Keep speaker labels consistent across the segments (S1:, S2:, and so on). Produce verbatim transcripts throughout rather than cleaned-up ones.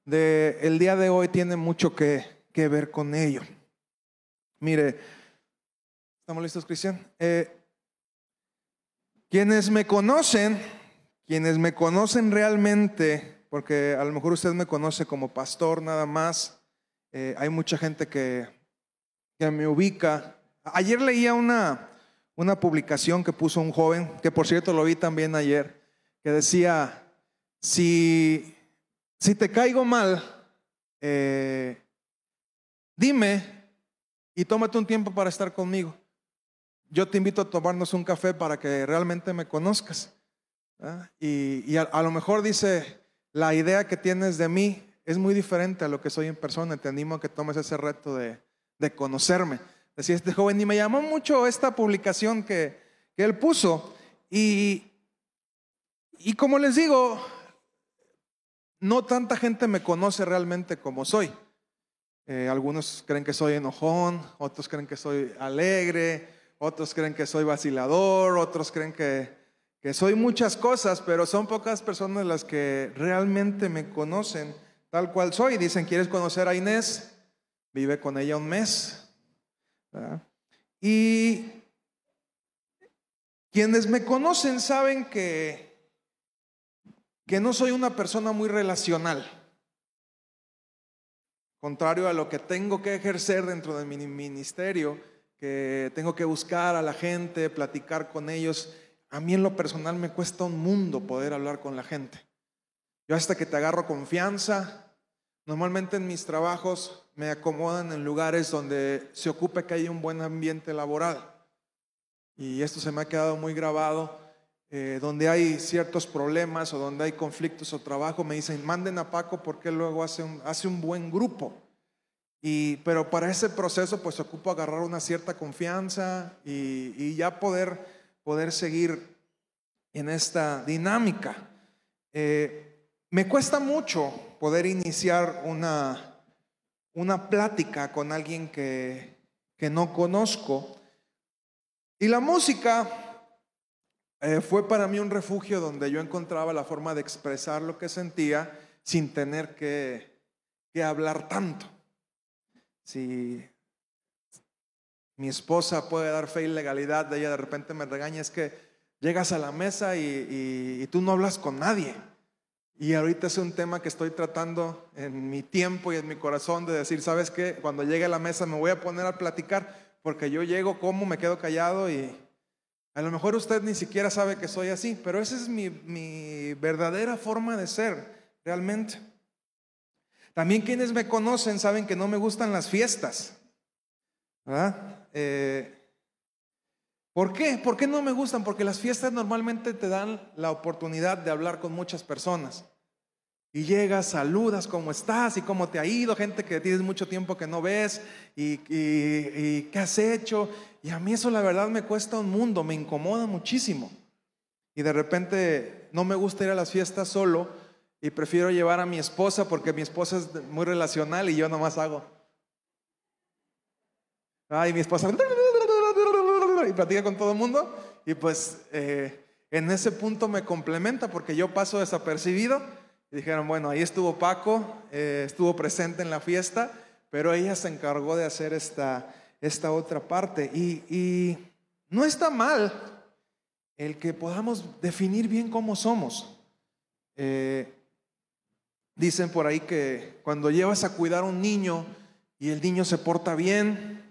S1: de el día de hoy tiene mucho que, que ver con ello. Mire, ¿estamos listos, Cristian? Eh, quienes me conocen, quienes me conocen realmente, porque a lo mejor usted me conoce como pastor nada más, eh, hay mucha gente que, que me ubica. Ayer leía una, una publicación que puso un joven, que por cierto lo vi también ayer, que decía, si, si te caigo mal, eh, dime y tómate un tiempo para estar conmigo. Yo te invito a tomarnos un café para que realmente me conozcas. ¿Ah? Y, y a, a lo mejor dice, la idea que tienes de mí es muy diferente a lo que soy en persona. Te animo a que tomes ese reto de, de conocerme. Decía este joven, y me llamó mucho esta publicación que, que él puso. Y, y como les digo, no tanta gente me conoce realmente como soy. Eh, algunos creen que soy enojón, otros creen que soy alegre, otros creen que soy vacilador, otros creen que, que soy muchas cosas, pero son pocas personas las que realmente me conocen tal cual soy. Dicen, ¿quieres conocer a Inés? Vive con ella un mes. ¿Verdad? Y quienes me conocen saben que, que no soy una persona muy relacional. Contrario a lo que tengo que ejercer dentro de mi ministerio, que tengo que buscar a la gente, platicar con ellos, a mí en lo personal me cuesta un mundo poder hablar con la gente. Yo hasta que te agarro confianza, normalmente en mis trabajos me acomodan en lugares donde se ocupe que haya un buen ambiente laboral. Y esto se me ha quedado muy grabado, eh, donde hay ciertos problemas o donde hay conflictos o trabajo, me dicen, manden a Paco porque luego hace un, hace un buen grupo. Y, pero para ese proceso pues ocupo agarrar una cierta confianza y, y ya poder, poder seguir en esta dinámica. Eh, me cuesta mucho poder iniciar una, una plática con alguien que, que no conozco. Y la música eh, fue para mí un refugio donde yo encontraba la forma de expresar lo que sentía sin tener que, que hablar tanto. Si mi esposa puede dar fe y legalidad de ella, de repente me regaña, es que llegas a la mesa y, y, y tú no hablas con nadie. Y ahorita es un tema que estoy tratando en mi tiempo y en mi corazón de decir, ¿sabes qué? Cuando llegue a la mesa me voy a poner a platicar, porque yo llego, como, me quedo callado y a lo mejor usted ni siquiera sabe que soy así, pero esa es mi, mi verdadera forma de ser, realmente. También quienes me conocen saben que no me gustan las fiestas, ¿verdad? Eh, ¿Por qué? ¿Por qué no me gustan? Porque las fiestas normalmente te dan la oportunidad de hablar con muchas personas. Y llegas, saludas, ¿cómo estás? ¿Y cómo te ha ido? Gente que tienes mucho tiempo que no ves. ¿Y, y, y qué has hecho? Y a mí eso la verdad me cuesta un mundo, me incomoda muchísimo. Y de repente no me gusta ir a las fiestas solo y prefiero llevar a mi esposa porque mi esposa es muy relacional y yo nomás hago. Ay, mi esposa y platica con todo el mundo y pues eh, en ese punto me complementa porque yo paso desapercibido. Y dijeron, bueno, ahí estuvo Paco, eh, estuvo presente en la fiesta, pero ella se encargó de hacer esta, esta otra parte. Y, y no está mal el que podamos definir bien cómo somos. Eh, dicen por ahí que cuando llevas a cuidar a un niño y el niño se porta bien,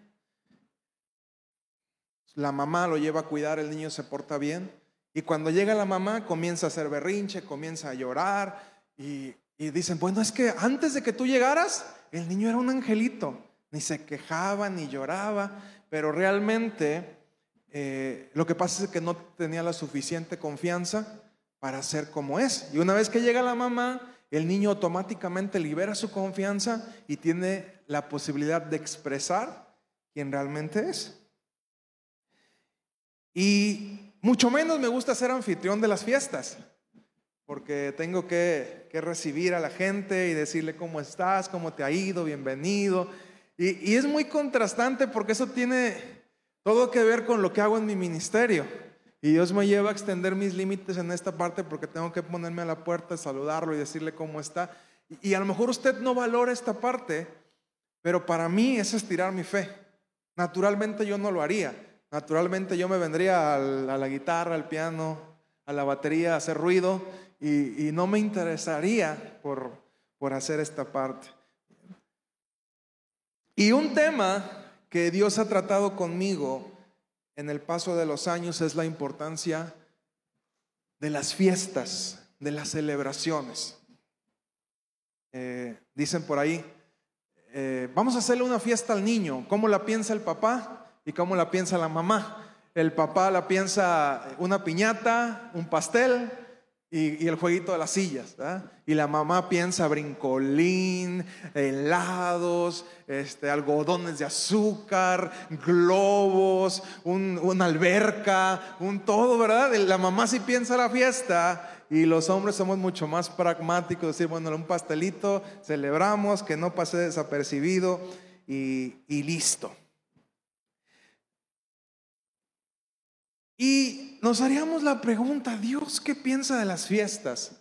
S1: la mamá lo lleva a cuidar, el niño se porta bien. Y cuando llega la mamá comienza a hacer berrinche, comienza a llorar. Y, y dicen, bueno, es que antes de que tú llegaras, el niño era un angelito, ni se quejaba, ni lloraba, pero realmente eh, lo que pasa es que no tenía la suficiente confianza para ser como es. Y una vez que llega la mamá, el niño automáticamente libera su confianza y tiene la posibilidad de expresar quién realmente es. Y mucho menos me gusta ser anfitrión de las fiestas, porque tengo que, que recibir a la gente y decirle cómo estás, cómo te ha ido, bienvenido. Y, y es muy contrastante porque eso tiene todo que ver con lo que hago en mi ministerio. Y Dios me lleva a extender mis límites en esta parte porque tengo que ponerme a la puerta, saludarlo y decirle cómo está. Y a lo mejor usted no valora esta parte, pero para mí es estirar mi fe. Naturalmente yo no lo haría. Naturalmente yo me vendría al, a la guitarra, al piano, a la batería, a hacer ruido y, y no me interesaría por, por hacer esta parte. Y un tema que Dios ha tratado conmigo en el paso de los años es la importancia de las fiestas, de las celebraciones. Eh, dicen por ahí, eh, vamos a hacerle una fiesta al niño. ¿Cómo la piensa el papá y cómo la piensa la mamá? El papá la piensa una piñata, un pastel y, y el jueguito de las sillas, ¿verdad? Y la mamá piensa brincolín, helados, este, algodones de azúcar, globos, un, una alberca, un todo, ¿verdad? La mamá sí piensa la fiesta. Y los hombres somos mucho más pragmáticos, decir, bueno, un pastelito, celebramos, que no pase desapercibido y, y listo. Y nos haríamos la pregunta, Dios, ¿qué piensa de las fiestas?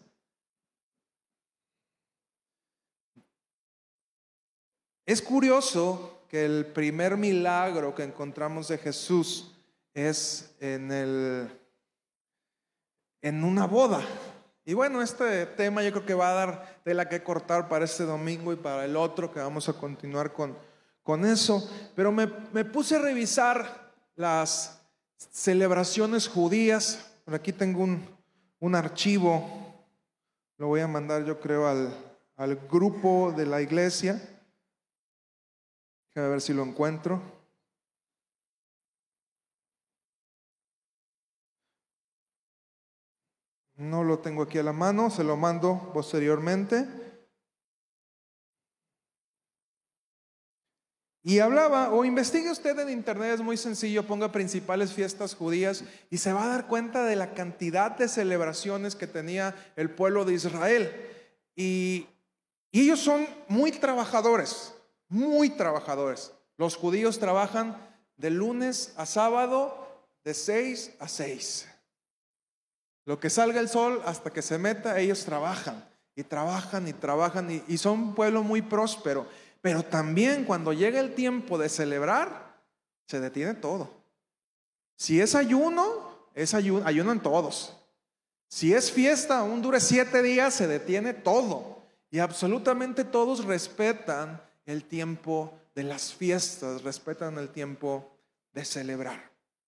S1: Es curioso que el primer milagro que encontramos de Jesús es en el... en una boda. Y bueno, este tema yo creo que va a dar tela que cortar para este domingo y para el otro, que vamos a continuar con, con eso. Pero me, me puse a revisar las celebraciones judías. Por aquí tengo un, un archivo, lo voy a mandar yo creo al, al grupo de la iglesia. Déjame ver si lo encuentro. No lo tengo aquí a la mano, se lo mando posteriormente. Y hablaba, o investigue usted en internet, es muy sencillo, ponga principales fiestas judías y se va a dar cuenta de la cantidad de celebraciones que tenía el pueblo de Israel. Y, y ellos son muy trabajadores, muy trabajadores. Los judíos trabajan de lunes a sábado, de seis a seis. Lo que salga el sol hasta que se meta, ellos trabajan y trabajan y trabajan y, y son un pueblo muy próspero. Pero también cuando llega el tiempo de celebrar, se detiene todo. Si es ayuno, es ayuno, ayunan todos. Si es fiesta, aún dure siete días, se detiene todo. Y absolutamente todos respetan el tiempo de las fiestas, respetan el tiempo de celebrar.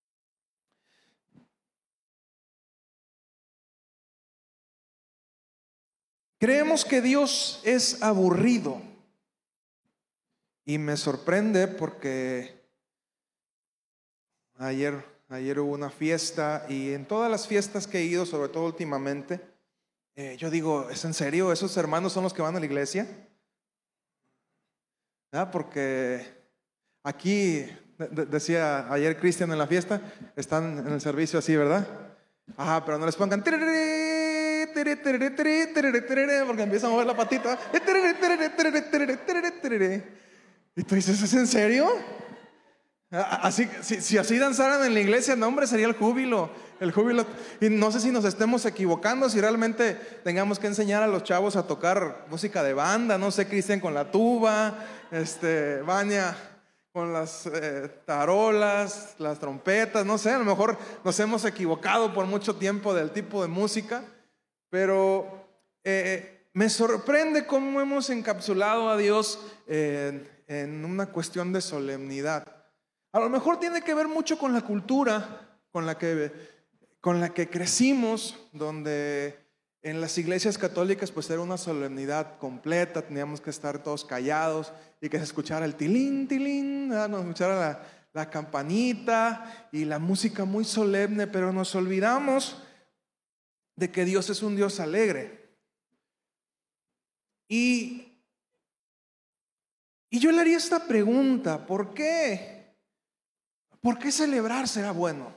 S1: Creemos que Dios es aburrido y me sorprende porque ayer, ayer hubo una fiesta y en todas las fiestas que he ido, sobre todo últimamente, eh, yo digo, ¿es en serio? ¿Esos hermanos son los que van a la iglesia? ¿Ah? Porque aquí, de- decía ayer Cristian en la fiesta, están en el servicio así, ¿verdad? Ajá, pero no les pongan porque empieza a mover la patita. Y tú dices, ¿es en serio? Así, si, si así danzaran en la iglesia, no hombre, sería el júbilo, el júbilo. Y no sé si nos estemos equivocando, si realmente tengamos que enseñar a los chavos a tocar música de banda, no sé, Cristian con la tuba, este, Vania con las eh, tarolas, las trompetas, no sé, a lo mejor nos hemos equivocado por mucho tiempo del tipo de música, pero eh, me sorprende cómo hemos encapsulado a Dios en, en una cuestión de solemnidad. A lo mejor tiene que ver mucho con la cultura con la que, con la que crecimos, donde en las iglesias católicas pues era una solemnidad completa, teníamos que estar todos callados y que se escuchara el tilín, tilín, ¿verdad? Nos escuchara la, la campanita y la música muy solemne, pero nos olvidamos de que Dios es un Dios alegre. Y, y yo le haría esta pregunta, ¿por qué? ¿Por qué celebrar será bueno?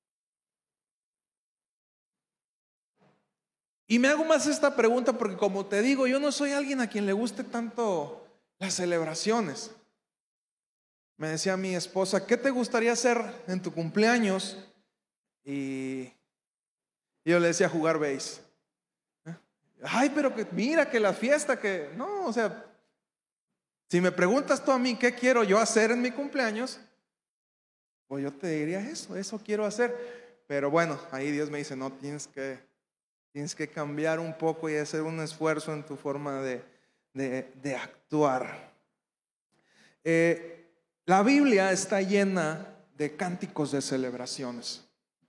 S1: Y me hago más esta pregunta porque, como te digo, yo no soy alguien a quien le guste tanto las celebraciones. Me decía mi esposa, ¿qué te gustaría hacer en tu cumpleaños? Y yo le decía jugar béis. ¿Eh? Ay, pero que mira que la fiesta que... No, o sea, si me preguntas tú a mí qué quiero yo hacer en mi cumpleaños, pues yo te diría eso, eso quiero hacer. Pero bueno, ahí Dios me dice, no, tienes que, tienes que cambiar un poco y hacer un esfuerzo en tu forma de, de, de actuar. Eh, la Biblia está llena de cánticos de celebraciones.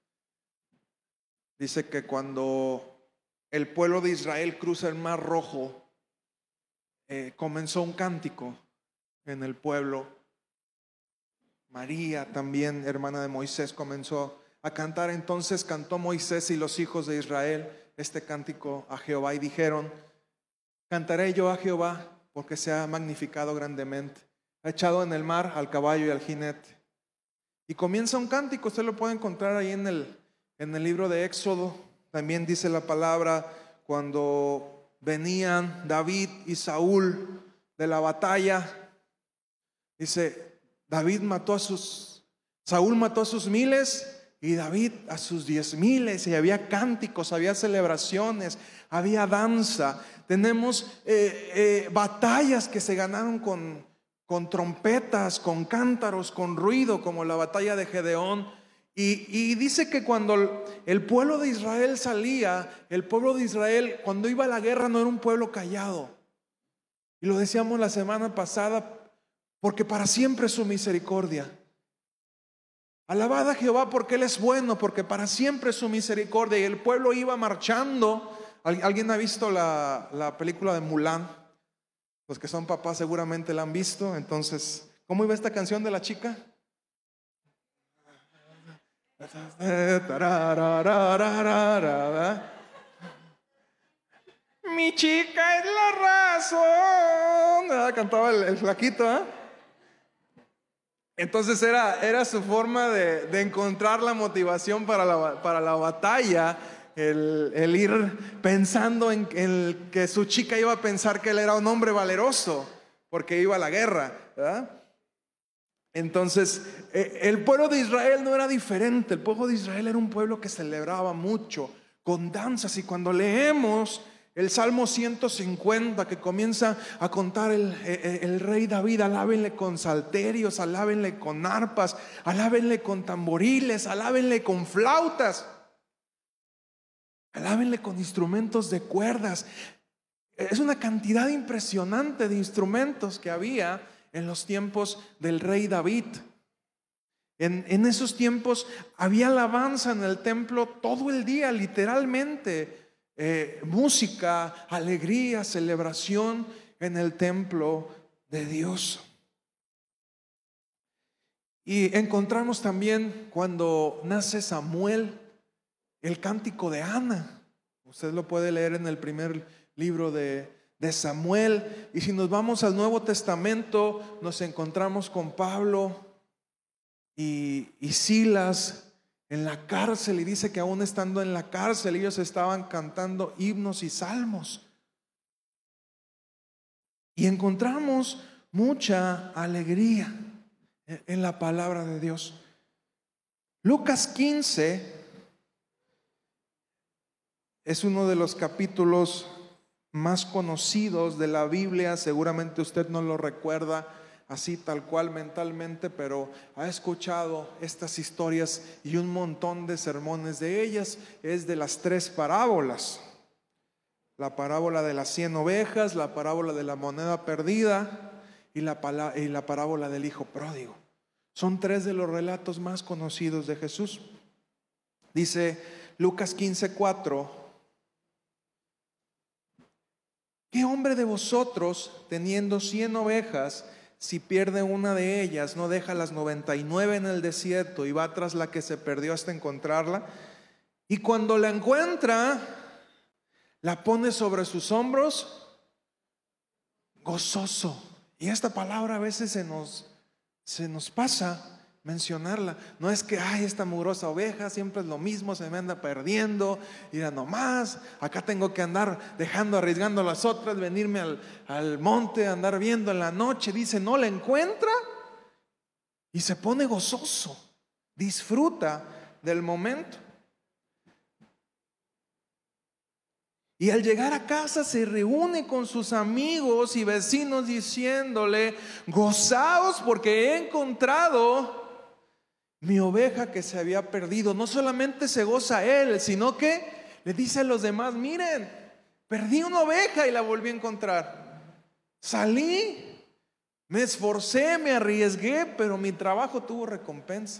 S1: Dice que cuando el pueblo de Israel cruza el Mar Rojo, eh, comenzó un cántico en el pueblo. María también, hermana de Moisés, comenzó a cantar. Entonces cantó Moisés y los hijos de Israel este cántico a Jehová y dijeron: cantaré yo a Jehová porque se ha magnificado grandemente, ha echado en el mar al caballo y al jinete. Y comienza un cántico, usted lo puede encontrar ahí en el, en el libro de Éxodo. También dice la palabra cuando venían David y Saúl de la batalla, dice: David mató a sus, Saúl mató a sus miles y David a sus diez miles. Y había cánticos, había celebraciones, había danza. Tenemos eh, eh, batallas que se ganaron con, con trompetas, con cántaros, con ruido, como la batalla de Gedeón. Y, y dice que cuando el pueblo de Israel salía, el pueblo de Israel cuando iba a la guerra no era un pueblo callado. Y lo decíamos la semana pasada, porque para siempre es su misericordia. Alabad a Jehová porque Él es bueno, porque para siempre es su misericordia. Y el pueblo iba marchando. ¿Alguien ha visto la, la película de Mulan? Los que son papás seguramente la han visto. Entonces, ¿cómo iba esta canción de la chica? Mi chica es la razón. Cantaba el, el flaquito, ¿eh? Entonces era, era su forma de, de encontrar la motivación para la, para la batalla, el, el ir pensando en, en que su chica iba a pensar que él era un hombre valeroso porque iba a la guerra, ¿verdad? Entonces eh, el pueblo de Israel no era diferente. El pueblo de Israel era un pueblo que celebraba mucho con danzas. Y cuando leemos el Salmo ciento cincuenta, que comienza a contar el, el, el rey David: alábenle con salterios, alábenle con arpas, alábenle con tamboriles, alábenle con flautas, alábenle con instrumentos de cuerdas. Es una cantidad impresionante de instrumentos que había en los tiempos del rey David. En, en esos tiempos había alabanza en el templo todo el día, literalmente. Eh, música, alegría, celebración en el templo de Dios. Y encontramos también cuando nace Samuel el cántico de Ana. Usted lo puede leer en el primer libro de, de Samuel. Y si nos vamos al Nuevo Testamento, nos encontramos con Pablo y, y Silas en la cárcel, y dice que aún estando en la cárcel ellos estaban cantando himnos y salmos. Y encontramos mucha alegría en la palabra de Dios. Lucas quince es uno de los capítulos más conocidos de la Biblia. Seguramente usted no lo recuerda así tal cual mentalmente, pero ha escuchado estas historias y un montón de sermones de ellas. Es de las tres parábolas: la parábola de las cien ovejas, la parábola de la moneda perdida y la, y la parábola del hijo pródigo. Son tres de los relatos más conocidos de Jesús. Dice Lucas quince cuatro: ¿qué hombre de vosotros, teniendo cien ovejas, si pierde una de ellas, no deja las noventa y nueve en el desierto y va tras la que se perdió hasta encontrarla? Y cuando la encuentra, la pone sobre sus hombros gozoso. Y esta palabra a veces se nos, se nos pasa mencionarla. No es que, ay, esta mugrosa oveja siempre es lo mismo, se me anda perdiendo, y ya nomás, acá tengo que andar dejando, arriesgando las otras, venirme al, al monte, andar viendo en la noche. Dice, no la encuentra y se pone gozoso, disfruta del momento. Y al llegar a casa se reúne con sus amigos y vecinos diciéndole: gozaos porque he encontrado mi oveja que se había perdido. No solamente se goza él, sino que le dice a los demás: miren, perdí una oveja y la volví a encontrar. Salí, me esforcé, me arriesgué, pero mi trabajo tuvo recompensa.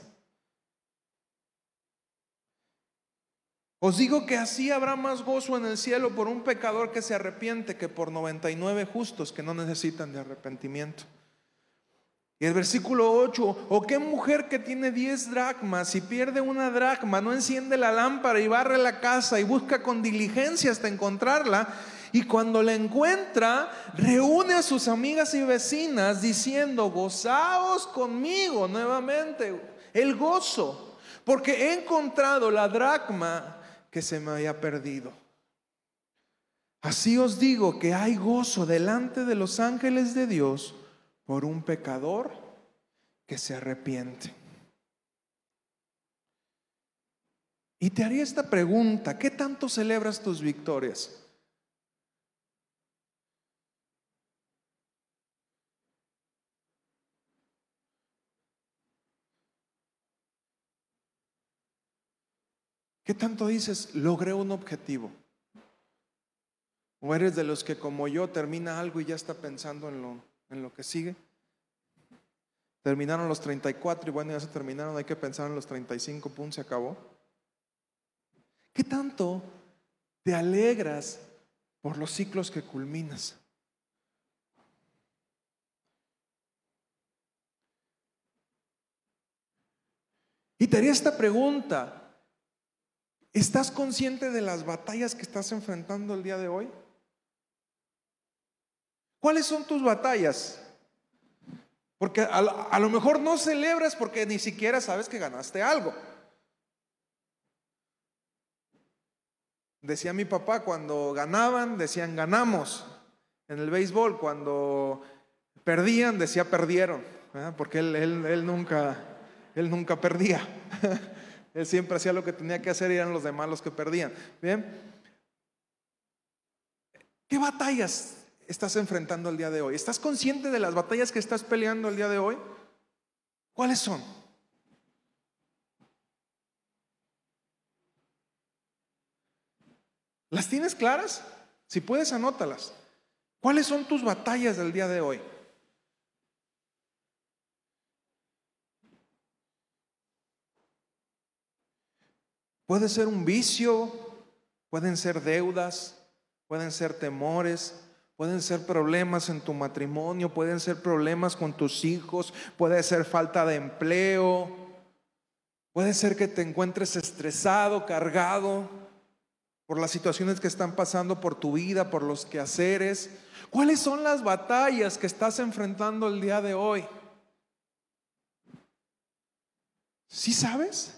S1: Os digo que así habrá más gozo en el cielo por un pecador que se arrepiente que por noventa y nueve justos que no necesitan de arrepentimiento. Y el versículo ocho: o qué mujer que tiene diez dracmas y pierde una dracma, no enciende la lámpara y barre la casa y busca con diligencia hasta encontrarla, y cuando la encuentra reúne a sus amigas y vecinas diciendo: gozaos conmigo. Nuevamente el gozo, porque he encontrado la dracma que se me había perdido. Así os digo que hay gozo delante de los ángeles de Dios por un pecador que se arrepiente. Y te haría esta pregunta: ¿qué tanto celebras tus victorias? ¿Qué tanto dices: logré un objetivo? ¿O eres de los que, como yo, termina algo y ya está pensando en lo, en lo que sigue? Terminaron los treinta y cuatro y bueno, ya se terminaron, hay que pensar en los treinta y cinco, pum, se acabó. ¿Qué tanto te alegras por los ciclos que culminas? Y te haría esta pregunta: ¿estás consciente de las batallas que estás enfrentando el día de hoy? ¿Cuáles son tus batallas? Porque a, a lo mejor no celebras porque ni siquiera sabes que ganaste algo. Decía mi papá, cuando ganaban decían ganamos. En el béisbol, cuando perdían decía perdieron, ¿verdad? Porque él, él, él nunca, él nunca perdía. Él siempre hacía lo que tenía que hacer y eran los demás los que perdían. Bien, ¿qué batallas estás enfrentando el día de hoy? ¿Estás consciente de las batallas que estás peleando el día de hoy? ¿Cuáles son? ¿Las tienes claras? Si puedes, anótalas. ¿Cuáles son tus batallas del día de hoy? Puede ser un vicio, pueden ser deudas, pueden ser temores, pueden ser problemas en tu matrimonio, pueden ser problemas con tus hijos, puede ser falta de empleo, puede ser que te encuentres estresado, cargado por las situaciones que están pasando por tu vida, por los quehaceres. ¿Cuáles son las batallas que estás enfrentando el día de hoy? ¿Sí sabes?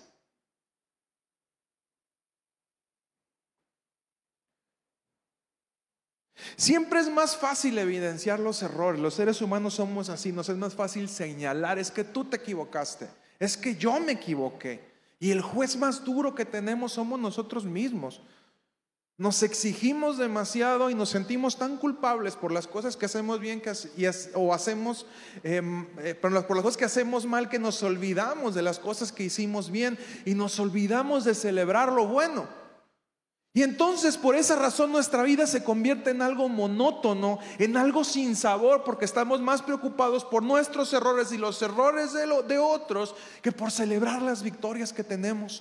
S1: Siempre es más fácil evidenciar los errores. Los seres humanos somos así. Nos es más fácil señalar: es que tú te equivocaste, es que yo me equivoqué. Y el juez más duro que tenemos somos nosotros mismos. Nos exigimos demasiado y nos sentimos tan culpables por las cosas que hacemos bien que, y, o hacemos eh, eh, por las cosas que hacemos mal, que nos olvidamos de las cosas que hicimos bien y nos olvidamos de celebrar lo bueno. Y entonces por esa razón nuestra vida se convierte en algo monótono, en algo sin sabor, porque estamos más preocupados por nuestros errores y los errores de, lo, de otros que por celebrar las victorias que tenemos.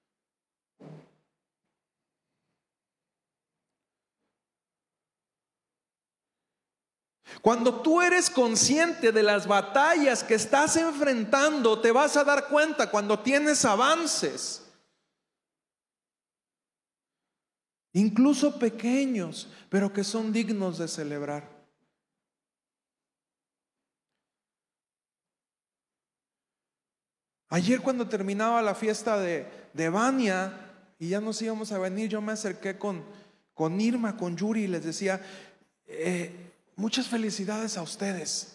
S1: Cuando tú eres consciente de las batallas que estás enfrentando, te vas a dar cuenta cuando tienes avances, incluso pequeños, pero que son dignos de celebrar. Ayer, cuando terminaba la fiesta de, de Vania y ya nos íbamos a venir, yo me acerqué con, con Irma, con Yuri, y les decía: eh, muchas felicidades a ustedes.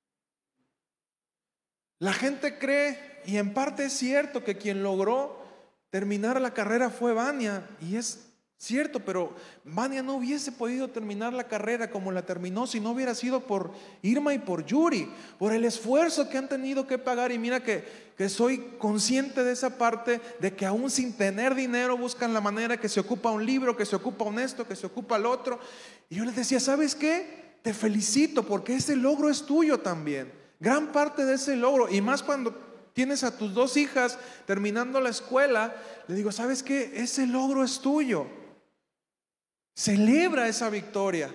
S1: La gente cree, y en parte es cierto, que quien logró terminar la carrera fue Vania, y es Cierto, pero Vania no hubiese podido terminar la carrera como la terminó si no hubiera sido por Irma y por Yuri, por el esfuerzo que han tenido que pagar. Y mira que, que soy consciente de esa parte, de que aún sin tener dinero buscan la manera, que se ocupa un libro, que se ocupa un esto, que se ocupa el otro. Y yo les decía, ¿sabes qué? Te felicito porque ese logro es tuyo también. Gran parte de ese logro, y más cuando tienes a tus dos hijas terminando la escuela, le digo, ¿sabes qué? Ese logro es tuyo. Celebra esa victoria.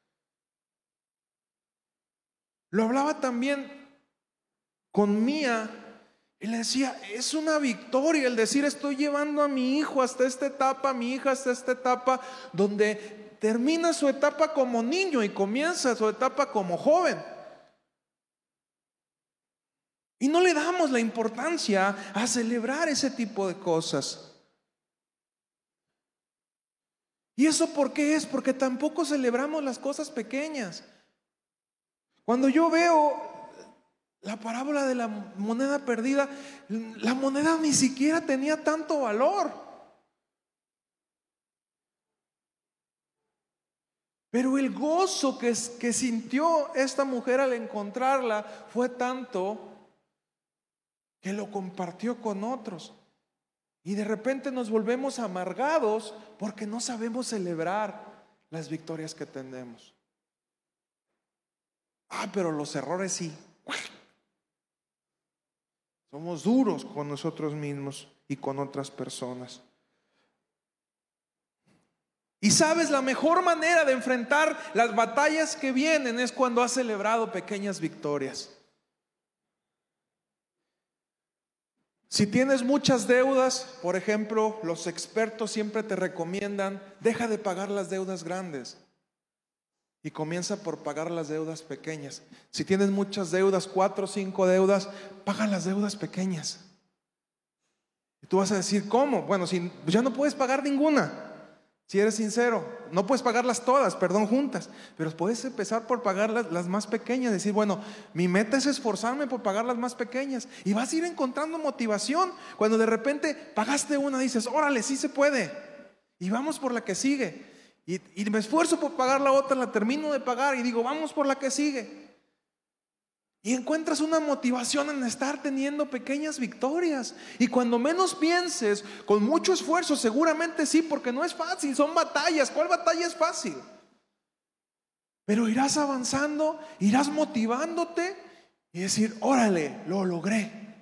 S1: Lo hablaba también con Mía y le decía, es una victoria el decir, estoy llevando a mi hijo hasta esta etapa, a mi hija hasta esta etapa, donde termina su etapa como niño y comienza su etapa como joven. Y no le damos la importancia a celebrar ese tipo de cosas. ¿Y eso por qué es? Porque tampoco celebramos las cosas pequeñas. Cuando yo veo la parábola de la moneda perdida, la moneda ni siquiera tenía tanto valor. Pero el gozo que, que sintió esta mujer al encontrarla fue tanto que lo compartió con otros. Y de repente nos volvemos amargados porque no sabemos celebrar las victorias que tenemos. Ah, pero los errores sí. Somos duros con nosotros mismos y con otras personas. Y sabes, la mejor manera de enfrentar las batallas que vienen es cuando has celebrado pequeñas victorias. Si tienes muchas deudas, por ejemplo, los expertos siempre te recomiendan, deja de pagar las deudas grandes y comienza por pagar las deudas pequeñas. Si tienes muchas deudas, cuatro o cinco deudas, paga las deudas pequeñas. Y tú vas a decir, ¿cómo? Bueno, si ya no puedes pagar ninguna. Si eres sincero, no puedes pagarlas todas, perdón, juntas, pero puedes empezar por pagar las, las más pequeñas. Decir, bueno, mi meta es esforzarme por pagar las más pequeñas. Y vas a ir encontrando motivación. Cuando de repente pagaste una, dices, órale, sí se puede. Y vamos por la que sigue. Y, y me esfuerzo por pagar la otra, la termino de pagar y digo, vamos por la que sigue. Y encuentras una motivación en estar teniendo pequeñas victorias. Y cuando menos pienses, con mucho esfuerzo, seguramente sí, porque no es fácil, son batallas. ¿Cuál batalla es fácil? Pero irás avanzando, irás motivándote y decir, órale, lo logré.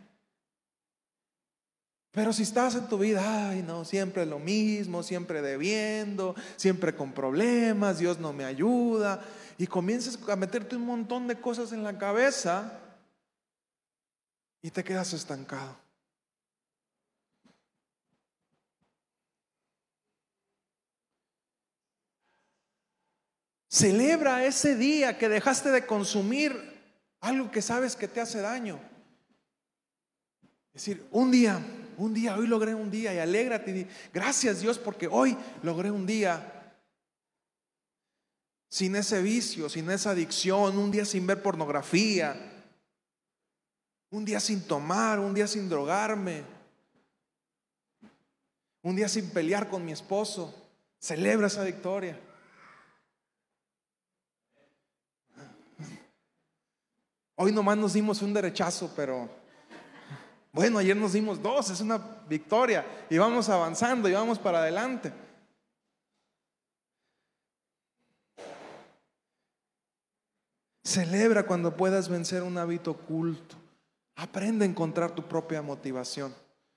S1: Pero si estás en tu vida, ay no, siempre lo mismo, siempre debiendo, siempre con problemas, Dios no me ayuda, y comienzas a meterte un montón de cosas en la cabeza y te quedas estancado. Celebra ese día que dejaste de consumir algo que sabes que te hace daño. Es decir, un día, un día, hoy logré un día, y alégrate y di, gracias Dios porque hoy logré un día sin ese vicio, sin esa adicción, un día sin ver pornografía, un día sin tomar, un día sin drogarme, un día sin pelear con mi esposo. Celebra esa victoria. Hoy nomás nos dimos un derechazo, pero bueno, ayer nos dimos dos, es una victoria y vamos avanzando y vamos para adelante. Celebra cuando puedas vencer un hábito oculto. Aprende a encontrar tu propia motivación.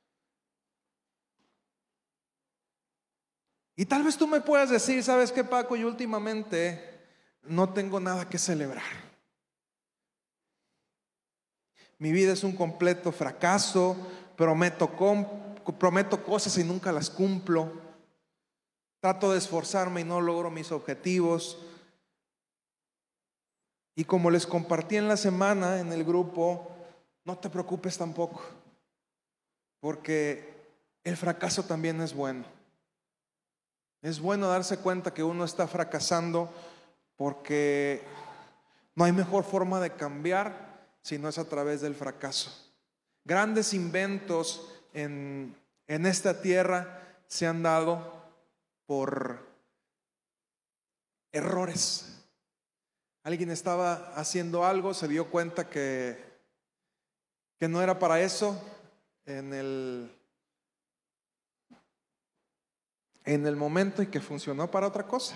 S1: Y tal vez tú me puedas decir, ¿sabes qué, Paco? Yo últimamente no tengo nada que celebrar. Mi vida es un completo fracaso, prometo, prometo cosas y nunca las cumplo. Trato de esforzarme y no logro mis objetivos. Y como les compartí en la semana en el grupo, no te preocupes tampoco, porque el fracaso también es bueno. Es bueno darse cuenta que uno está fracasando, porque no hay mejor forma de cambiar si no es a través del fracaso. Grandes inventos en, en esta tierra se han dado por errores. Alguien estaba haciendo algo, se dio cuenta que, que no era para eso en el, en el momento y que funcionó para otra cosa.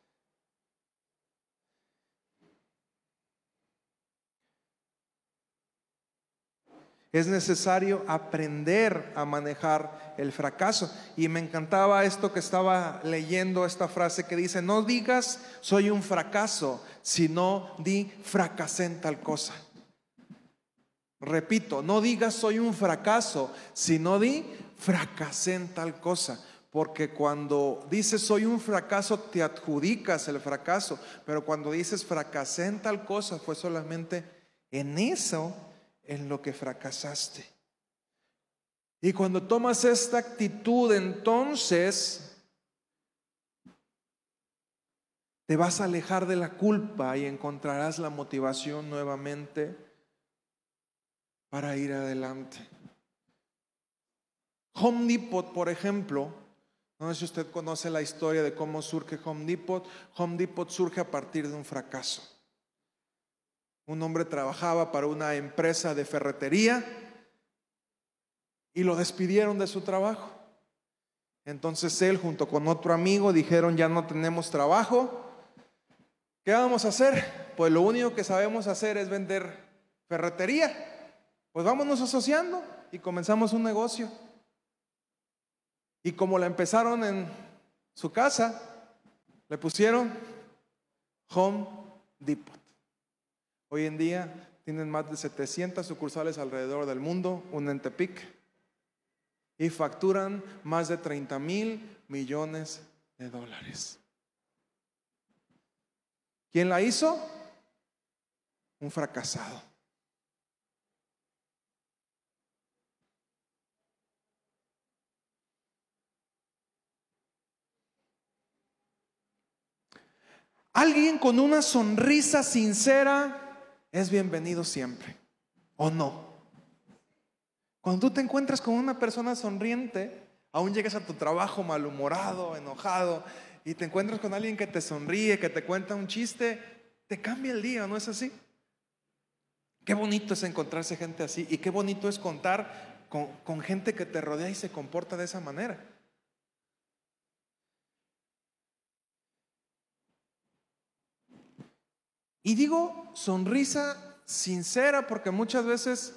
S1: Es necesario aprender a manejar el fracaso. Y me encantaba esto que estaba leyendo, esta frase que dice: no digas soy un fracaso, sino di fracasé en tal cosa. Repito, no digas soy un fracaso, sino di fracasé en tal cosa. Porque cuando dices soy un fracaso, te adjudicas el fracaso. Pero cuando dices fracasé en tal cosa, fue solamente en eso en lo que fracasaste. Y cuando tomas esta actitud, entonces te vas a alejar de la culpa y encontrarás la motivación nuevamente para ir adelante. Home Depot, por ejemplo, no sé si usted conoce la historia de cómo surge Home Depot. Home Depot surge a partir de un fracaso. Un hombre trabajaba para una empresa de ferretería y lo despidieron de su trabajo. Entonces él junto con otro amigo dijeron: ya no tenemos trabajo, ¿qué vamos a hacer? Pues lo único que sabemos hacer es vender ferretería. Pues vámonos asociando y comenzamos un negocio. Y como la empezaron en su casa, le pusieron Home Depot. Hoy en día tienen más de setecientas sucursales alrededor del mundo, una en Tepic, y facturan más de treinta mil millones de dólares. ¿Quién la hizo? Un fracasado. Alguien con una sonrisa sincera es bienvenido siempre, ¿o no? Cuando tú te encuentras con una persona sonriente, aún llegas a tu trabajo malhumorado, enojado, y te encuentras con alguien que te sonríe, que te cuenta un chiste, te cambia el día, ¿no es así? Qué bonito es encontrarse gente así, y qué bonito es contar con, con gente que te rodea y se comporta de esa manera. Y digo sonrisa sincera porque muchas veces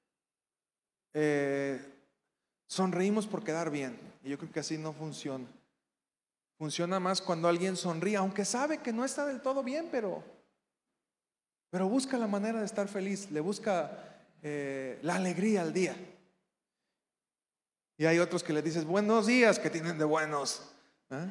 S1: eh, sonreímos por quedar bien. Y yo creo que así no funciona. Funciona más cuando alguien sonríe, aunque sabe que no está del todo bien, pero, pero busca la manera de estar feliz, le busca eh, la alegría al día. Y hay otros que le dices buenos días, que tienen de buenos, ¿eh?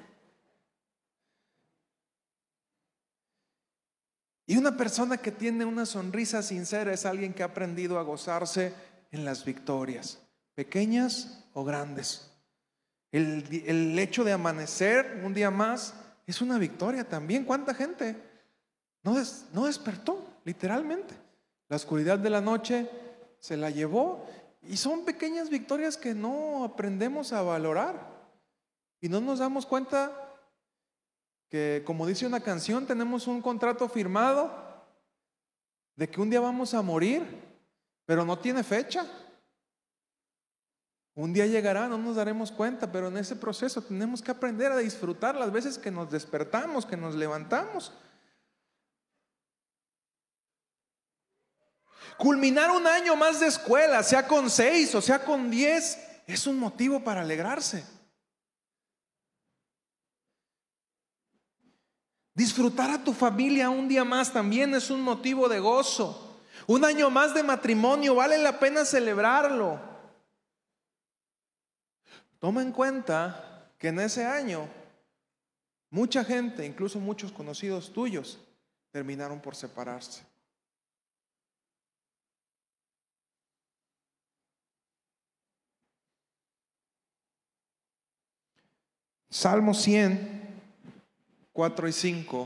S1: Y una persona que tiene una sonrisa sincera es alguien que ha aprendido a gozarse en las victorias, pequeñas o grandes. El, el hecho de amanecer un día más es una victoria también. ¿Cuánta gente no, des, no despertó, literalmente? La oscuridad de la noche se la llevó, y son pequeñas victorias que no aprendemos a valorar y no nos damos cuenta que, como dice una canción, tenemos un contrato firmado de que un día vamos a morir, pero no tiene fecha. Un día llegará, no nos daremos cuenta, pero en ese proceso tenemos que aprender a disfrutar las veces que nos despertamos, que nos levantamos. Culminar un año más de escuela, sea con seis o sea con diez, es un motivo para alegrarse. Disfrutar a tu familia un día más también es un motivo de gozo. Un año más de matrimonio, vale la pena celebrarlo. Toma en cuenta que en ese año mucha gente, incluso muchos conocidos tuyos, terminaron por separarse. Salmo cien, cuatro y cinco.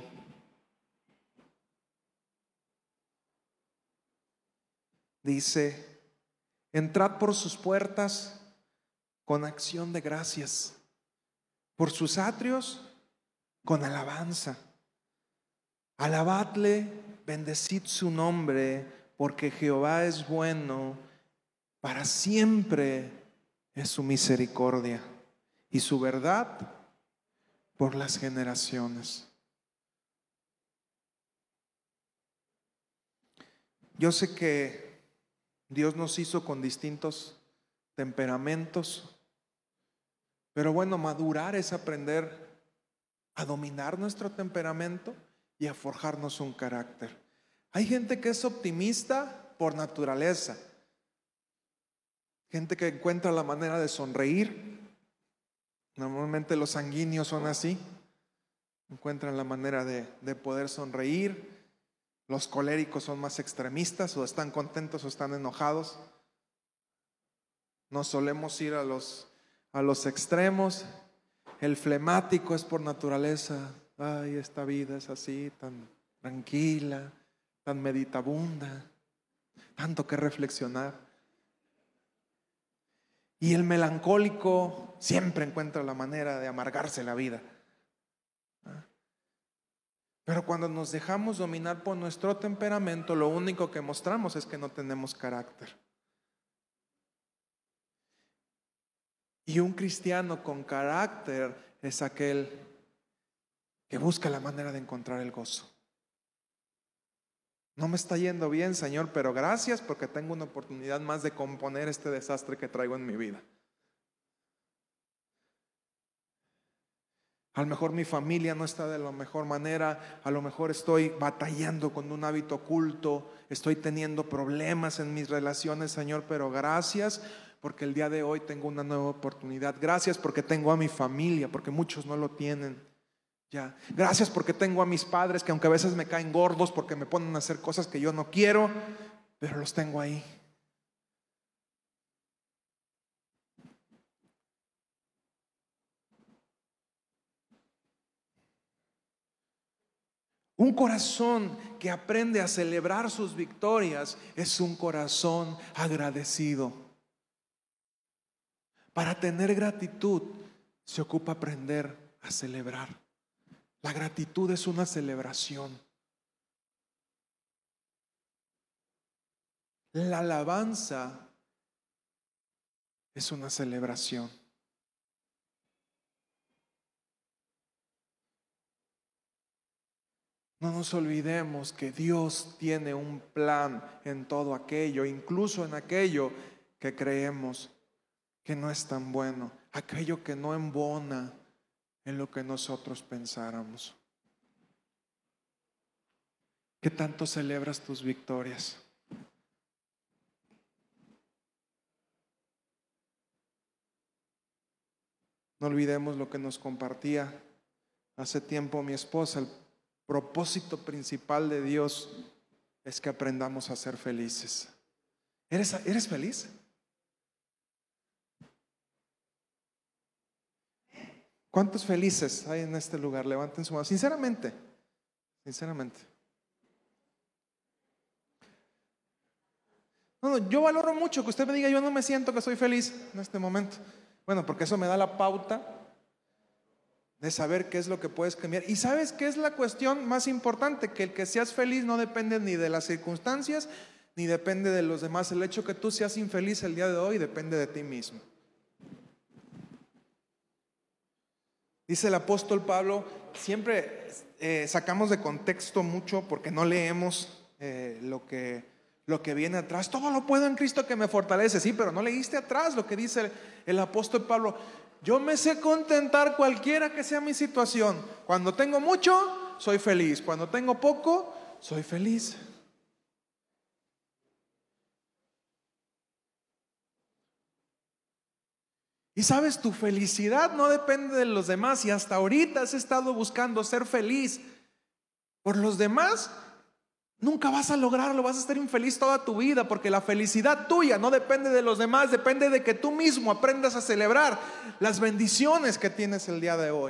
S1: Dice: entrad por sus puertas con acción de gracias, por sus atrios con alabanza. Alabadle, bendecid su nombre, porque Jehová es bueno, para siempre es su misericordia y su verdad por las generaciones. Yo sé que Dios nos hizo con distintos temperamentos, pero bueno, madurar es aprender a dominar nuestro temperamento y a forjarnos un carácter. Hay gente que es optimista por naturaleza, gente que encuentra la manera de sonreír. Normalmente los sanguíneos son así, encuentran la manera de, de poder sonreír. Los coléricos son más extremistas, o están contentos o están enojados. No solemos ir a los, a los extremos. El flemático es por naturaleza. Ay, esta vida es así, tan tranquila, tan meditabunda, tanto que reflexionar. Y el melancólico siempre encuentra la manera de amargarse la vida. Pero cuando nos dejamos dominar por nuestro temperamento, lo único que mostramos es que no tenemos carácter. Y un cristiano con carácter es aquel que busca la manera de encontrar el gozo. No me está yendo bien, Señor, pero gracias porque tengo una oportunidad más de componer este desastre que traigo en mi vida. A lo mejor mi familia no está de la mejor manera, a lo mejor estoy batallando con un hábito oculto, estoy teniendo problemas en mis relaciones, Señor, pero gracias porque el día de hoy tengo una nueva oportunidad. Gracias porque tengo a mi familia, porque muchos no lo tienen ya. Gracias porque tengo a mis padres que aunque a veces me caen gordos porque me ponen a hacer cosas que yo no quiero, pero los tengo ahí. Un corazón que aprende a celebrar sus victorias es un corazón agradecido. Para tener gratitud se ocupa aprender a celebrar. La gratitud es una celebración. La alabanza es una celebración. No nos olvidemos que Dios tiene un plan en todo aquello, incluso en aquello que creemos que no es tan bueno, aquello que no embona en lo que nosotros pensáramos. ¿Qué tanto celebras tus victorias? No olvidemos lo que nos compartía hace tiempo mi esposa. El propósito principal de Dios es que aprendamos a ser felices. ¿Eres, eres feliz? ¿Cuántos felices hay en este lugar? Levanten su mano. Sinceramente, sinceramente. No, no, yo valoro mucho que usted me diga: yo no me siento que soy feliz en este momento. Bueno, porque eso me da la pauta de saber qué es lo que puedes cambiar. Y ¿sabes qué es la cuestión más importante? Que el que seas feliz no depende ni de las circunstancias, ni depende de los demás. El hecho que tú seas infeliz el día de hoy depende de ti mismo. Dice el apóstol Pablo, siempre eh, sacamos de contexto mucho porque no leemos eh, lo que, lo que viene atrás. Todo lo puedo en Cristo que me fortalece. Sí, pero no leíste atrás lo que dice el, el apóstol Pablo. Yo me sé contentar cualquiera que sea mi situación. Cuando tengo mucho, soy feliz. Cuando tengo poco, soy feliz. Y sabes, tu felicidad no depende de los demás. Y hasta ahorita has estado buscando ser feliz por los demás, nunca vas a lograrlo. Vas a estar infeliz toda tu vida, porque la felicidad tuya no depende de los demás, depende de que tú mismo aprendas a celebrar las bendiciones que tienes el día de hoy.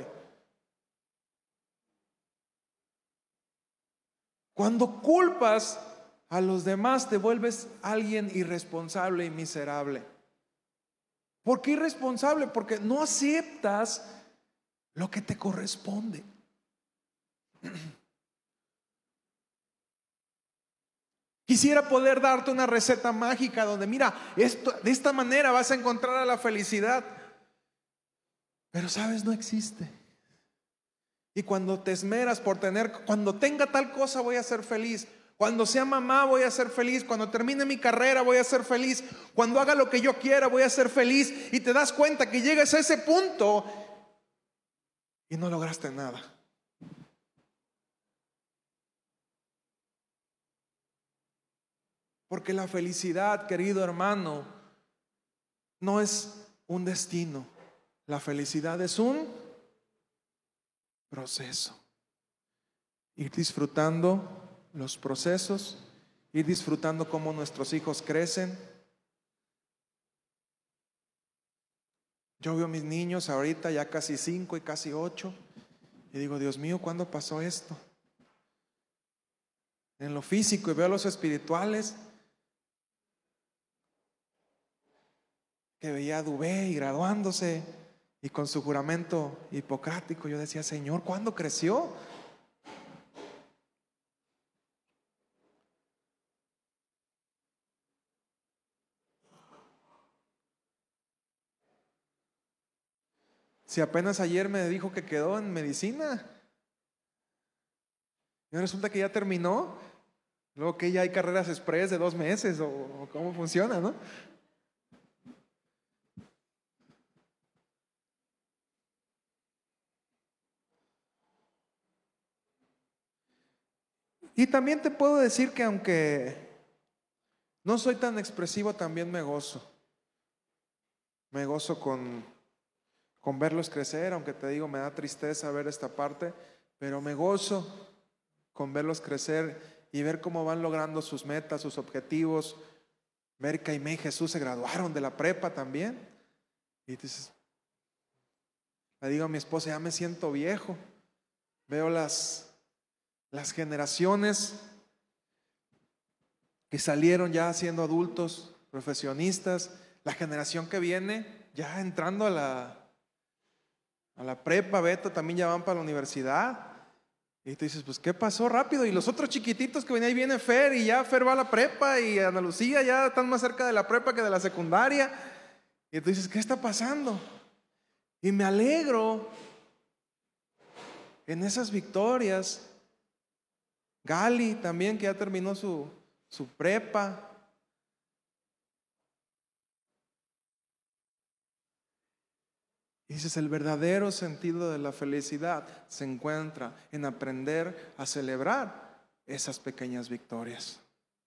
S1: Cuando culpas a los demás, te vuelves alguien irresponsable y miserable. ¿Por qué irresponsable? Porque no aceptas lo que te corresponde. Quisiera poder darte una receta mágica donde mira, esto, de esta manera vas a encontrar a la felicidad. Pero sabes, no existe. Y cuando te esmeras por tener, cuando tenga tal cosa voy a ser feliz. Cuando sea mamá voy a ser feliz. Cuando termine mi carrera voy a ser feliz. Cuando haga lo que yo quiera voy a ser feliz. Y te das cuenta que llegas a ese punto y no lograste nada. Porque la felicidad, querido hermano, no es un destino. La felicidad es un proceso. Ir disfrutando los procesos, ir disfrutando cómo nuestros hijos crecen. Yo veo a mis niños ahorita ya casi cinco y casi ocho y digo, Dios mío, ¿cuándo pasó esto? En lo físico, y veo a los espirituales que veía a Dubé y graduándose y con su juramento hipocrático. Yo decía, Señor, ¿cuándo creció? Si apenas ayer me dijo que quedó en medicina y resulta que ya terminó, luego que ya hay carreras express de dos meses o, o cómo funciona, ¿no? Y también te puedo decir que aunque no soy tan expresivo, también me gozo. Me gozo con, con verlos crecer, aunque te digo, me da tristeza ver esta parte, pero me gozo con verlos crecer y ver cómo van logrando sus metas, sus objetivos. Ver que Aimé y Jesús se graduaron de la prepa también. Y dices, le digo a mi esposa, ya me siento viejo. Veo las... Las generaciones que salieron ya siendo adultos, profesionistas, la generación que viene ya entrando a la, a la prepa, Beto también ya van para la universidad. Y tú dices, pues ¿qué pasó rápido? Y los otros chiquititos que venían, ahí viene Fer y ya Fer va a la prepa y Ana Lucía ya están más cerca de la prepa que de la secundaria. Y tú dices, ¿qué está pasando? Y me alegro en esas victorias. Gali también, que ya terminó su, su prepa. Y dices, el verdadero sentido de la felicidad se encuentra en aprender a celebrar esas pequeñas victorias.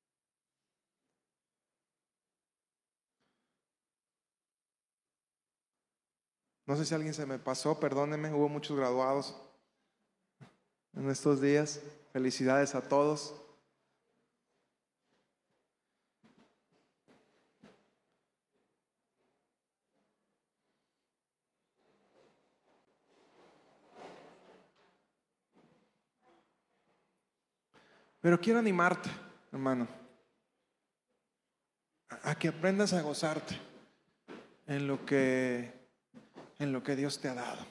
S1: No sé si alguien se me pasó, perdónenme, hubo muchos graduados en estos días. Felicidades a todos. Pero quiero animarte, hermano, a que aprendas a gozarte en lo que, en lo que Dios te ha dado.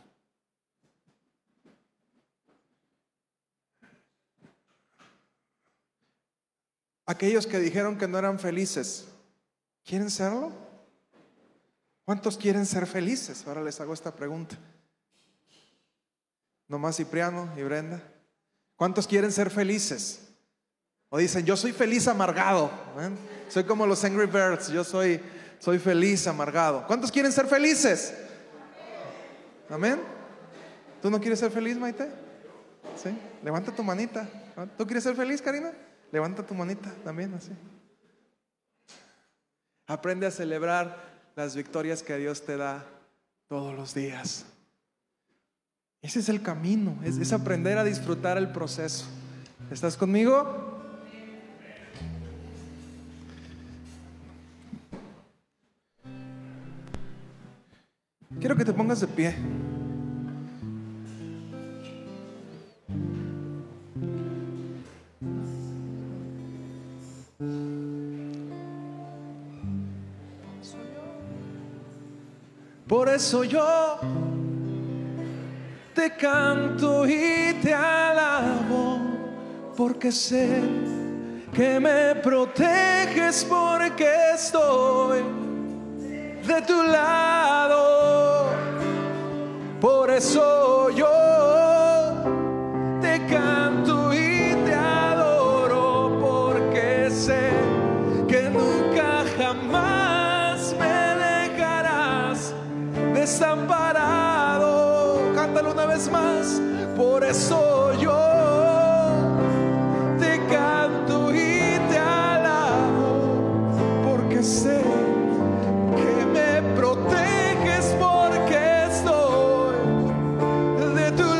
S1: Aquellos que dijeron que no eran felices, ¿quieren serlo? ¿Cuántos quieren ser felices? Ahora les hago esta pregunta. Nomás Cipriano y Brenda. ¿Cuántos quieren ser felices? O dicen, yo soy feliz amargado. ¿Eh? Soy como los Angry Birds, yo soy, soy feliz amargado. ¿Cuántos quieren ser felices? Amén. ¿Tú no quieres ser feliz, Maite? ¿Sí? Levanta tu manita. ¿Tú quieres ser feliz, Karina? Levanta tu manita también, así. Aprende a celebrar las victorias que Dios te da todos los días. Ese es el camino, es, es aprender a disfrutar el proceso. ¿Estás conmigo? Quiero que te pongas de pie. Por eso yo te canto y te alabo, porque sé que me proteges, porque estoy de tu lado. Por eso yo te canto y te adoro, porque sé que nunca jamás me dejarás desamparado. Cántalo una vez más. Por eso yo te canto y te alabo, porque sé que me proteges, porque estoy de tu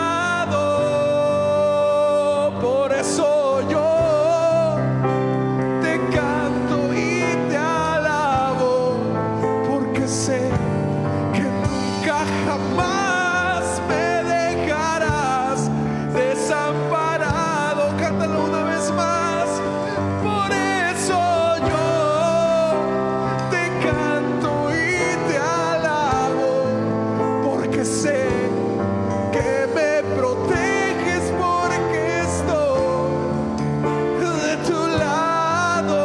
S1: lado. Por eso yo te canto y te alabo, porque sé que nunca jamás me dejarás desamparado. Cántalo una vez más. Por eso yo te canto y te alabo, porque sé que me proteges, porque estoy de tu lado.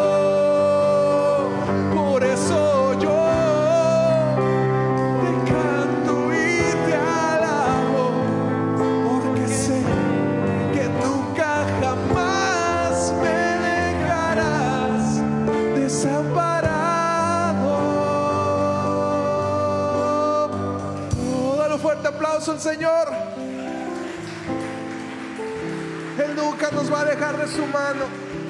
S1: Por eso yo te canto y te alabo, porque sé que nunca jamás me dejarás desamparado. Oh, dale un fuerte aplauso al Señor. Él nunca nos va a dejar de su mano.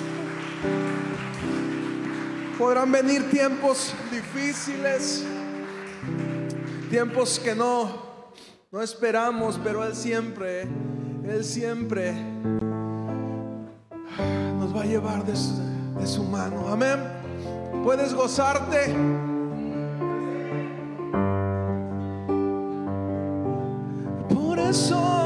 S1: Podrán venir tiempos difíciles, tiempos que no, no esperamos, pero Él siempre, Él siempre nos va a llevar de su, de su mano. Amén. Puedes gozarte. Por eso